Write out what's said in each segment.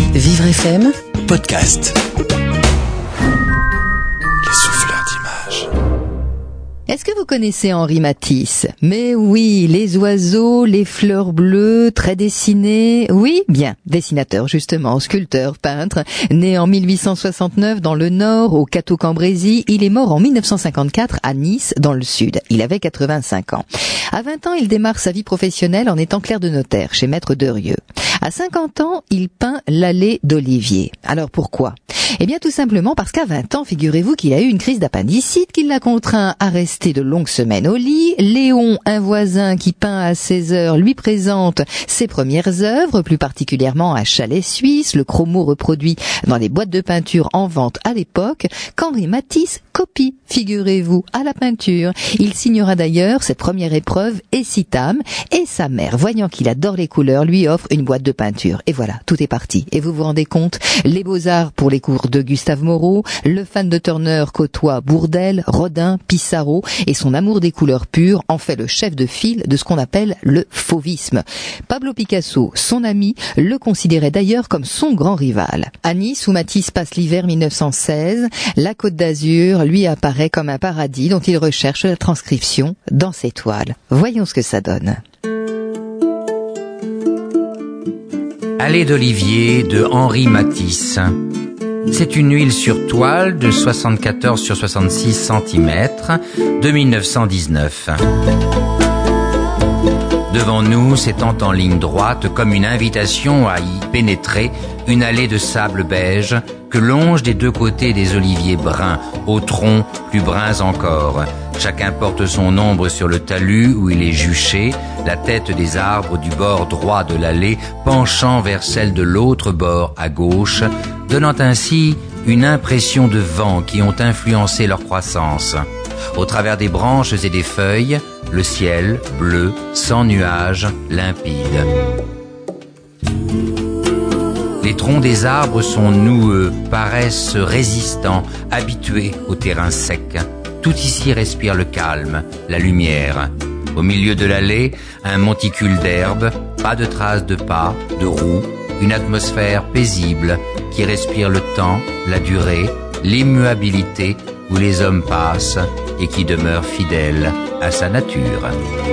Vivre FM Podcast. Les souffleurs d'images. Est-ce que vous connaissez Henri Matisse ? Mais oui, les oiseaux, les fleurs bleues, très dessinés. Oui, bien, dessinateur justement, sculpteur, peintre. Né en 1869 dans le Nord, au Cateau-Cambrésis, il est mort en 1954 à Nice, dans le Sud. Il avait 85 ans. À 20 ans, il démarre sa vie professionnelle en étant clerc de notaire chez Maître Derieux. À 50 ans, il peint l'allée d'Olivier. Alors pourquoi ? Eh bien tout simplement parce qu'à 20 ans, figurez-vous qu'il a eu une crise d'appendicite qui l'a contraint à rester de longues semaines au lit. Léon, un voisin qui peint à 16 heures, lui présente ses premières œuvres, plus particulièrement à Chalais suisse, le chromo reproduit dans les boîtes de peinture en vente à l'époque, qu'Henri Matisse copie, figurez-vous, à la peinture. Il signera d'ailleurs cette première épreuve Essitam, et sa mère, voyant qu'il adore les couleurs, lui offre une boîte de peinture. Et voilà, tout est parti. Et vous vous rendez compte, les beaux-arts pour les cours de Gustave Moreau, le fan de Turner côtoie Bourdelle, Rodin, Pissarro, et son amour des couleurs pures en fait le chef de file de ce qu'on appelle le fauvisme. Pablo Picasso, son ami, le considérait d'ailleurs comme son grand rival. À Nice, où Matisse passe l'hiver 1916, la Côte d'Azur lui apparaît comme un paradis dont il recherche la transcription dans ses toiles. Voyons ce que ça donne. Allée d'Olivier de Henri Matisse. C'est une huile sur toile de 74 sur 66 cm de 1919. Devant nous s'étend en ligne droite comme une invitation à y pénétrer une allée de sable beige que longent des deux côtés des oliviers bruns, aux troncs plus bruns encore. Chacun porte son ombre sur le talus où il est juché, la tête des arbres du bord droit de l'allée penchant vers celle de l'autre bord à gauche, donnant ainsi une impression de vent qui ont influencé leur croissance. Au travers des branches et des feuilles, le ciel bleu, sans nuages, limpide. Les troncs des arbres sont noueux, paraissent résistants, habitués au terrain sec. Tout ici respire le calme, la lumière. Au milieu de l'allée, un monticule d'herbe, pas de traces de pas, de roues, une atmosphère paisible qui respire le temps, la durée, l'immuabilité où les hommes passent et qui demeure fidèle à sa nature.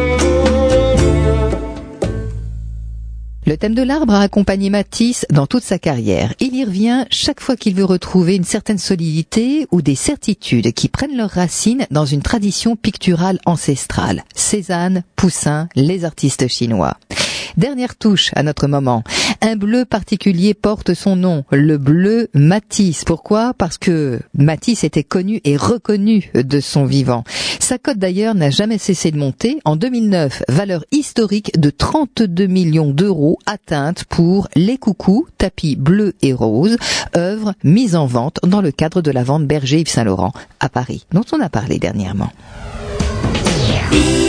Le thème de l'arbre a accompagné Matisse dans toute sa carrière. Il y revient chaque fois qu'il veut retrouver une certaine solidité ou des certitudes qui prennent leurs racines dans une tradition picturale ancestrale. Cézanne, Poussin, les artistes chinois. Dernière touche à notre moment. Un bleu particulier porte son nom, le bleu Matisse. Pourquoi ? Parce que Matisse était connu et reconnu de son vivant. Sa cote d'ailleurs n'a jamais cessé de monter. En 2009, valeur historique de 32 millions d'euros atteinte pour Les Coucous, tapis bleu et rose, œuvre mise en vente dans le cadre de la vente Berger Yves Saint Laurent à Paris, dont on a parlé dernièrement.